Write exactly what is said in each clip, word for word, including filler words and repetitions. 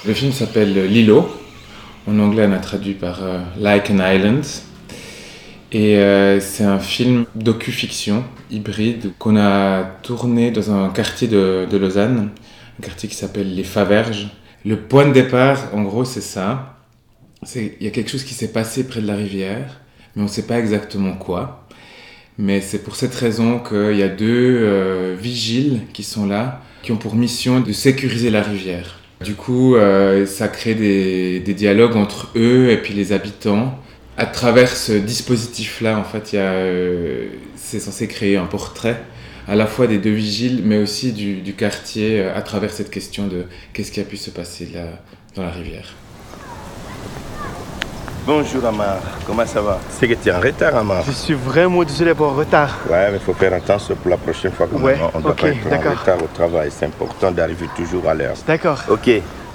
Le film s'appelle L'îlot. En anglais, on a traduit par euh, Like an Island. Et euh, c'est un film docu-fiction hybride qu'on a tourné dans un quartier de, de Lausanne, un quartier qui s'appelle les Faverges. Le point de départ, en gros, c'est ça. C'est, il y a quelque chose qui s'est passé près de la rivière, mais on ne sait pas exactement quoi. Mais c'est pour cette raison qu'il y a deux euh, vigiles qui sont là, qui ont pour mission de sécuriser la rivière. Du coup, euh, ça crée des, des dialogues entre eux et puis les habitants. À travers ce dispositif-là, en fait, il y a, euh, c'est censé créer un portrait à la fois des deux vigiles, mais aussi du, du quartier euh, à travers cette question de qu'est-ce qui a pu se passer là, dans la rivière. Bonjour Amar, comment ça va? C'est que tu es en retard Amar. Je suis vraiment désolé pour le retard. Ouais, mais il faut faire attention pour la prochaine fois. Ouais, on ne doit okay, pas être en retard au travail. C'est important d'arriver toujours à l'heure. D'accord. Ok.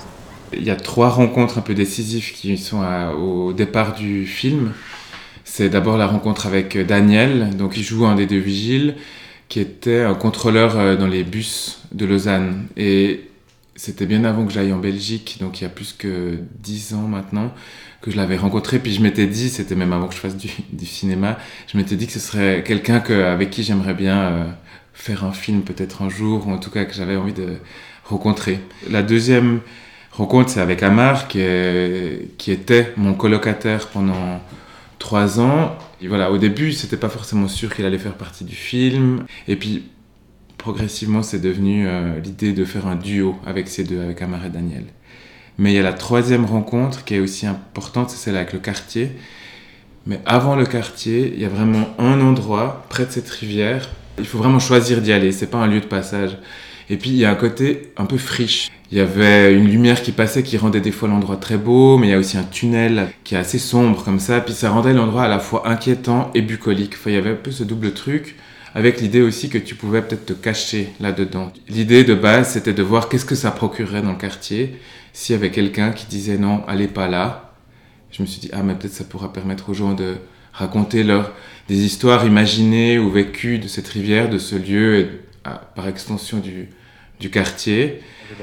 Il y a trois rencontres un peu décisives qui sont à, au départ du film. C'est d'abord la rencontre avec Daniel, donc il joue un des deux vigiles, qui était un contrôleur dans les bus de Lausanne. Et c'était bien avant que j'aille en Belgique, donc il y a plus que dix ans maintenant, que je l'avais rencontré. Puis je m'étais dit, c'était même avant que je fasse du, du cinéma, je m'étais dit que ce serait quelqu'un que, avec qui j'aimerais bien euh, faire un film peut-être un jour, ou en tout cas que j'avais envie de rencontrer. La deuxième rencontre, c'est avec Amar, qui, est, qui était mon colocataire pendant trois ans. Et voilà, au début, c'était pas forcément sûr qu'il allait faire partie du film. Et puis, progressivement, c'est devenu euh, l'idée de faire un duo avec ces deux, avec Amar et Daniel. Mais il y a la troisième rencontre qui est aussi importante, c'est celle avec le quartier. Mais avant le quartier, il y a vraiment un endroit près de cette rivière. Il faut vraiment choisir d'y aller, c'est pas un lieu de passage. Et puis, il y a un côté un peu friche. Il y avait une lumière qui passait qui rendait des fois l'endroit très beau, mais il y a aussi un tunnel qui est assez sombre comme ça. Puis ça rendait l'endroit à la fois inquiétant et bucolique. Enfin, il y avait un peu ce double truc, avec l'idée aussi que tu pouvais peut-être te cacher là-dedans. L'idée de base, c'était de voir qu'est-ce que ça procurerait dans le quartier s'il y avait quelqu'un qui disait non, allez pas là. Je me suis dit, ah, mais peut-être ça pourra permettre aux gens de raconter leur, des histoires imaginées ou vécues de cette rivière, de ce lieu, et ah, par extension du, du quartier.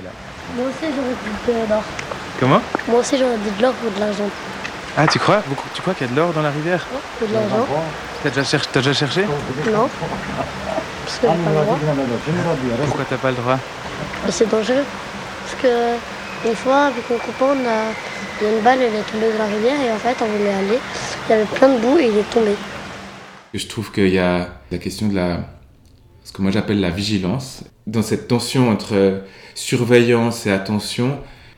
Moi aussi j'aurais dit de l'or. Comment? Moi aussi j'aurais dit de l'or ou de l'argent. Ah, tu crois? Tu crois qu'il y a de l'or dans la rivière? Ou de l'argent. T'as déjà, cher- t'as déjà cherché? Non. Parce que j'ai pas le droit. Pourquoi t'as pas le droit? Mais c'est dangereux. Parce que une fois avec mon copain, on a... il y a une balle, elle est tombée dans la rivière et en fait on voulait aller. Il y avait plein de boue et il est tombé. Je trouve qu'il y a la question de la... ce que moi j'appelle la vigilance. Dans cette tension entre surveillance et attention,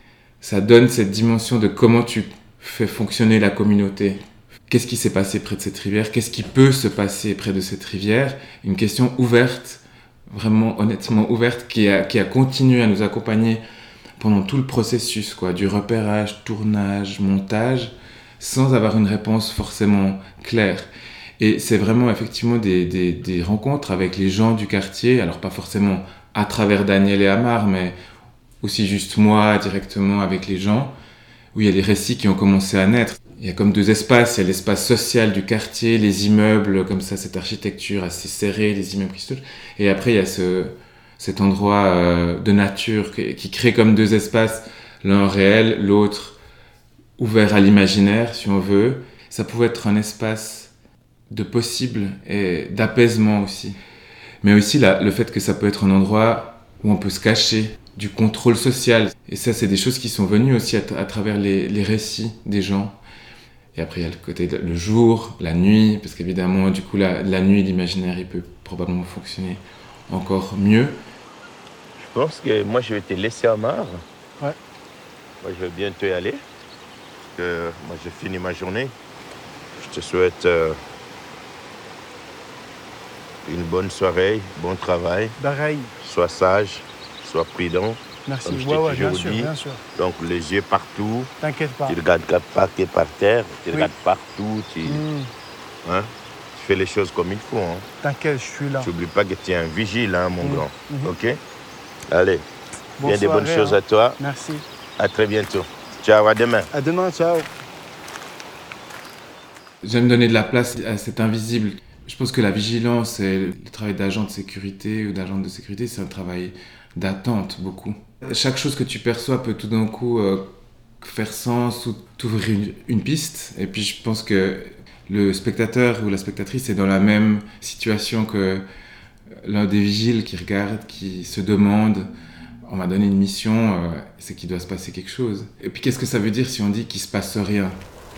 ça donne cette dimension de comment tu fais fonctionner la communauté. Qu'est-ce qui s'est passé près de cette rivière? Qu'est-ce qui peut se passer près de cette rivière? Une question ouverte, vraiment honnêtement ouverte, qui a, qui a continué à nous accompagner pendant tout le processus, quoi, du repérage, tournage, montage, sans avoir une réponse forcément claire. Et c'est vraiment effectivement des, des, des rencontres avec les gens du quartier, alors pas forcément à travers Daniel et Amar, mais aussi juste moi directement avec les gens, où il y a des récits qui ont commencé à naître. Il y a comme deux espaces, il y a l'espace social du quartier, les immeubles, comme ça, cette architecture assez serrée, les immeubles qui se touchent, et après il y a ce, cet endroit euh, de nature qui, qui crée comme deux espaces, l'un réel, l'autre ouvert à l'imaginaire, si on veut. Ça pouvait être un espace de possible et d'apaisement aussi. Mais aussi la, le fait que ça peut être un endroit où on peut se cacher du contrôle social. Et ça, c'est des choses qui sont venues aussi à, t- à travers les, les récits des gens. Et après, il y a le côté de, le jour, la nuit, parce qu'évidemment, du coup, la, la nuit, l'imaginaire, il peut probablement fonctionner encore mieux. Je pense que moi, je vais te laisser Amar. Ouais. Moi, je vais bientôt y aller. Parce que moi, j'ai fini ma journée. Je te souhaite euh, une bonne soirée, bon travail. Pareil. Sois sage, sois prudent. Merci. Comme je Ouais, t'ai ouais, toujours bien sûr, dit. bien sûr. Donc, les yeux partout. T'inquiète pas. Tu ne regardes pas que par terre. Tu Oui. regardes partout. Tu, Mmh. hein, tu fais les choses comme il faut. Hein. T'inquiète, je suis là. Tu n'oublies pas que tu es un vigile, hein, mon Mmh. grand. Mmh. OK? Allez, Bonne bien des bonnes soirée, choses hein. à toi. Merci. À très bientôt. Ciao, à demain. À demain, ciao. J'aime donner de la place à cet invisible. Je pense que la vigilance et le travail d'agent de sécurité ou d'agent de sécurité, c'est un travail d'attente beaucoup. Chaque chose que tu perçois peut tout d'un coup euh, faire sens ou t'ouvrir une, une piste. Et puis je pense que le spectateur ou la spectatrice est dans la même situation que l'un des vigiles qui regarde, qui se demande, on m'a donné une mission, euh, c'est qu'il doit se passer quelque chose. Et puis qu'est-ce que ça veut dire si on dit qu'il se passe rien ?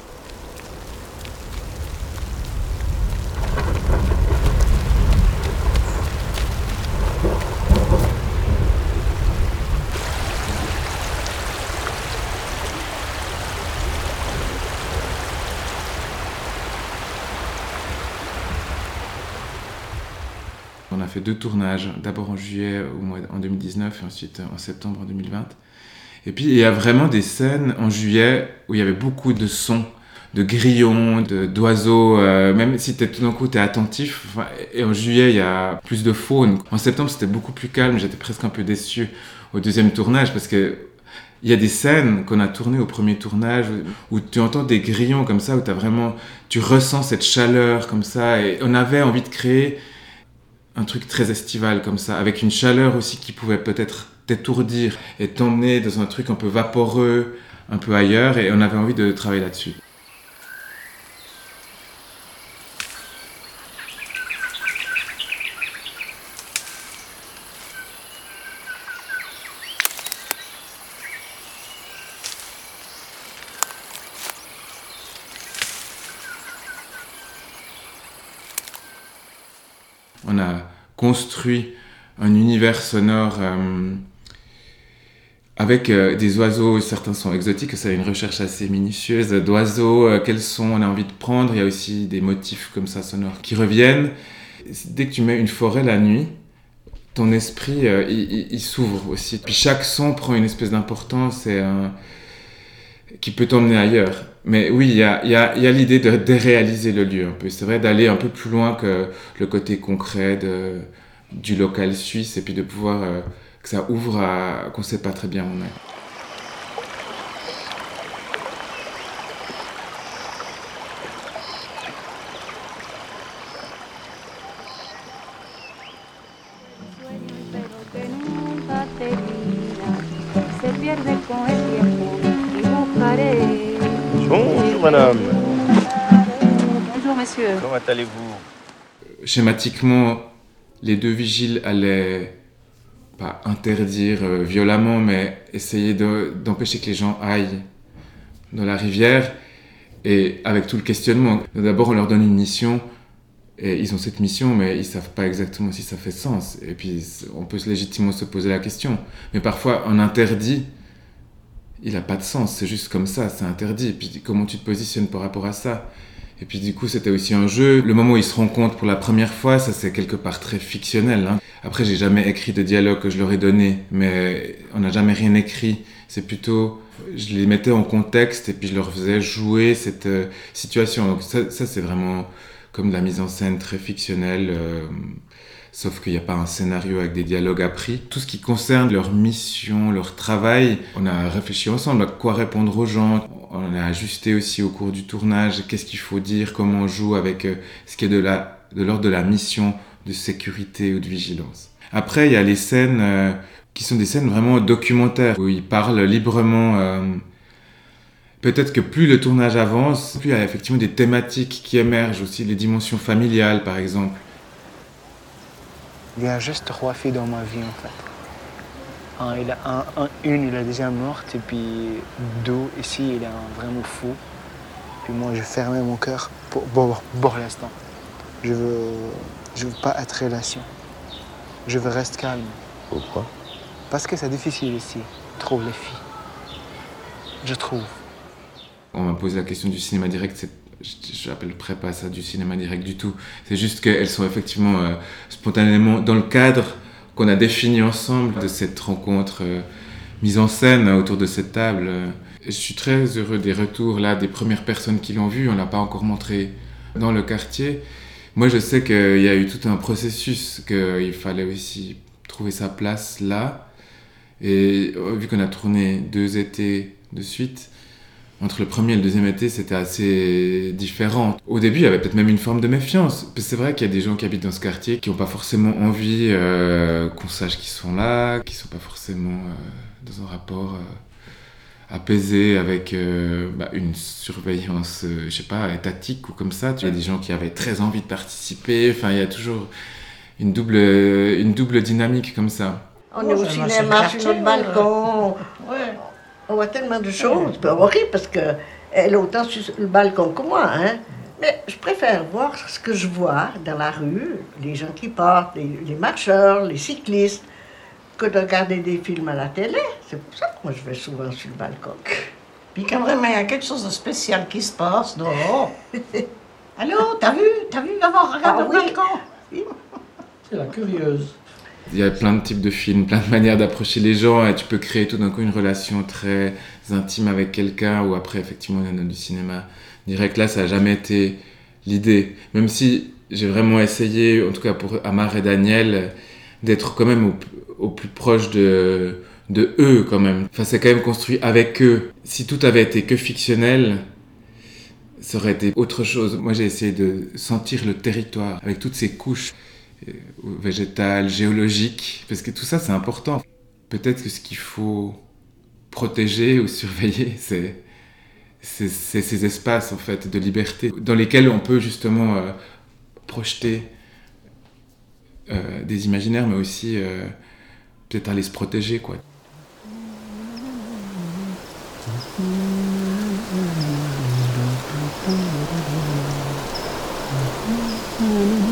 On a fait deux tournages, d'abord en juillet au mois, en deux mille dix-neuf et ensuite en septembre en deux mille vingt. Et puis il y a vraiment des scènes en juillet où il y avait beaucoup de sons, de grillons, de, d'oiseaux, euh, même si t'es, tout d'un coup tu es attentif. Enfin, et en juillet il y a plus de faune. En septembre c'était beaucoup plus calme, j'étais presque un peu déçu au deuxième tournage parce que il y a des scènes qu'on a tournées au premier tournage où, où tu entends des grillons comme ça, où t'as vraiment, tu ressens cette chaleur comme ça. Et on avait envie de créer un truc très estival comme ça, avec une chaleur aussi qui pouvait peut-être t'étourdir et t'emmener dans un truc un peu vaporeux, un peu ailleurs, et on avait envie de travailler là-dessus. On a construit un univers sonore euh, avec euh, des oiseaux, certains sont exotiques, ça a une recherche assez minutieuse d'oiseaux, euh, quels sons on a envie de prendre, il y a aussi des motifs comme ça sonores qui reviennent. Dès que tu mets une forêt la nuit, ton esprit euh, il, il, il s'ouvre aussi. Puis chaque son prend une espèce d'importance et, euh, qui peut t'emmener ailleurs. Mais oui, il y a, y a, y a l'idée de déréaliser le lieu un peu. C'est vrai d'aller un peu plus loin que le côté concret de, du local suisse et puis de pouvoir euh, que ça ouvre à qu'on ne sait pas très bien où on est. Bonjour madame. Bonjour monsieur. Comment allez-vous? Schématiquement, les deux vigiles allaient pas interdire euh, violemment, mais essayer de, d'empêcher que les gens aillent dans la rivière, et avec tout le questionnement. D'abord, on leur donne une mission, et ils ont cette mission, mais ils savent pas exactement si ça fait sens. Et puis, on peut légitimement se poser la question. Mais parfois, un interdit, il a pas de sens, c'est juste comme ça, c'est interdit. Et puis, comment tu te positionnes par rapport à ça ? Et puis du coup, c'était aussi un jeu. Le moment où ils se rencontrent pour la première fois, ça c'est quelque part très fictionnel. Hein. Après, j'ai jamais écrit de dialogue que je leur ai donné, mais on n'a jamais rien écrit. C'est plutôt, je les mettais en contexte et puis je leur faisais jouer cette euh, situation. Donc ça, ça, c'est vraiment comme de la mise en scène très fictionnelle, euh, sauf qu'il n'y a pas un scénario avec des dialogues appris. Tout ce qui concerne leur mission, leur travail, on a réfléchi ensemble à quoi répondre aux gens. On a ajusté aussi au cours du tournage qu'est-ce qu'il faut dire, comment on joue avec euh, ce qui est de, la, de l'ordre de la mission de sécurité ou de vigilance. Après, il y a les scènes euh, qui sont des scènes vraiment documentaires, où ils parlent librement. Euh, peut-être que plus le tournage avance, plus il y a effectivement des thématiques qui émergent aussi, les dimensions familiales par exemple. Il y a juste trois filles dans ma vie en fait. Un, il a un, un, une, il est déjà morte, et puis deux, ici, il est un, vraiment fou. Puis moi, je fermais mon cœur pour, pour, pour l'instant. Je veux, je veux pas être relation. Je veux rester calme. Pourquoi? Parce que c'est difficile ici, trop les filles. Je trouve. On m'a posé la question du cinéma direct, c'est, je n'appellerais pas ça du cinéma direct du tout. C'est juste qu'elles sont effectivement euh, spontanément dans le cadre qu'on a défini ensemble de cette rencontre euh, mise en scène autour de cette table. Et je suis très heureux des retours là, des premières personnes qui l'ont vu. On ne l'a pas encore montré dans le quartier. Moi, je sais qu'il y a eu tout un processus, qu'il fallait aussi trouver sa place là. Et vu qu'on a tourné deux étés de suite, Entre le premier et le deuxième été, c'était assez différent. Au début, il y avait peut-être même une forme de méfiance. Parce que c'est vrai qu'il y a des gens qui habitent dans ce quartier qui n'ont pas forcément envie euh, qu'on sache qu'ils sont là, qui ne sont pas forcément euh, dans un rapport euh, apaisé avec euh, bah, une surveillance, euh, je sais pas, étatique ou comme ça. Il y a des gens qui avaient très envie de participer. Enfin, il y a toujours une double, une double dynamique comme ça. On est au cinéma sur notre balcon. Ouais. On voit tellement de choses. On rit parce qu'elle est autant sur le balcon que moi. Hein? Mais je préfère voir ce que je vois dans la rue, les gens qui partent, les, les marcheurs, les cyclistes, que de regarder des films à la télé. C'est pour ça que moi je vais souvent sur le balcon. Puis quand vraiment il y a quelque chose de spécial qui se passe dehors. Allô, t'as vu? T'as vu? Va voir, regarde Ah, le oui. balcon. Oui. C'est la curieuse. Il y a plein de types de films, plein de manières d'approcher les gens et tu peux créer tout d'un coup une relation très intime avec quelqu'un ou après effectivement il y en a du cinéma direct. Là, ça n'a jamais été l'idée. Même si j'ai vraiment essayé, en tout cas pour Amar et Daniel, d'être quand même au, au plus proche de, de eux quand même. Enfin, c'est quand même construit avec eux. Si tout avait été que fictionnel, ça aurait été autre chose. Moi, j'ai essayé de sentir le territoire avec toutes ces couches végétales, géologiques, parce que tout ça, c'est important. Peut-être que ce qu'il faut protéger ou surveiller, c'est, c'est, c'est ces espaces, en fait, de liberté, dans lesquels on peut justement euh, projeter euh, des imaginaires, mais aussi euh, peut-être aller se protéger, quoi. Mm-hmm.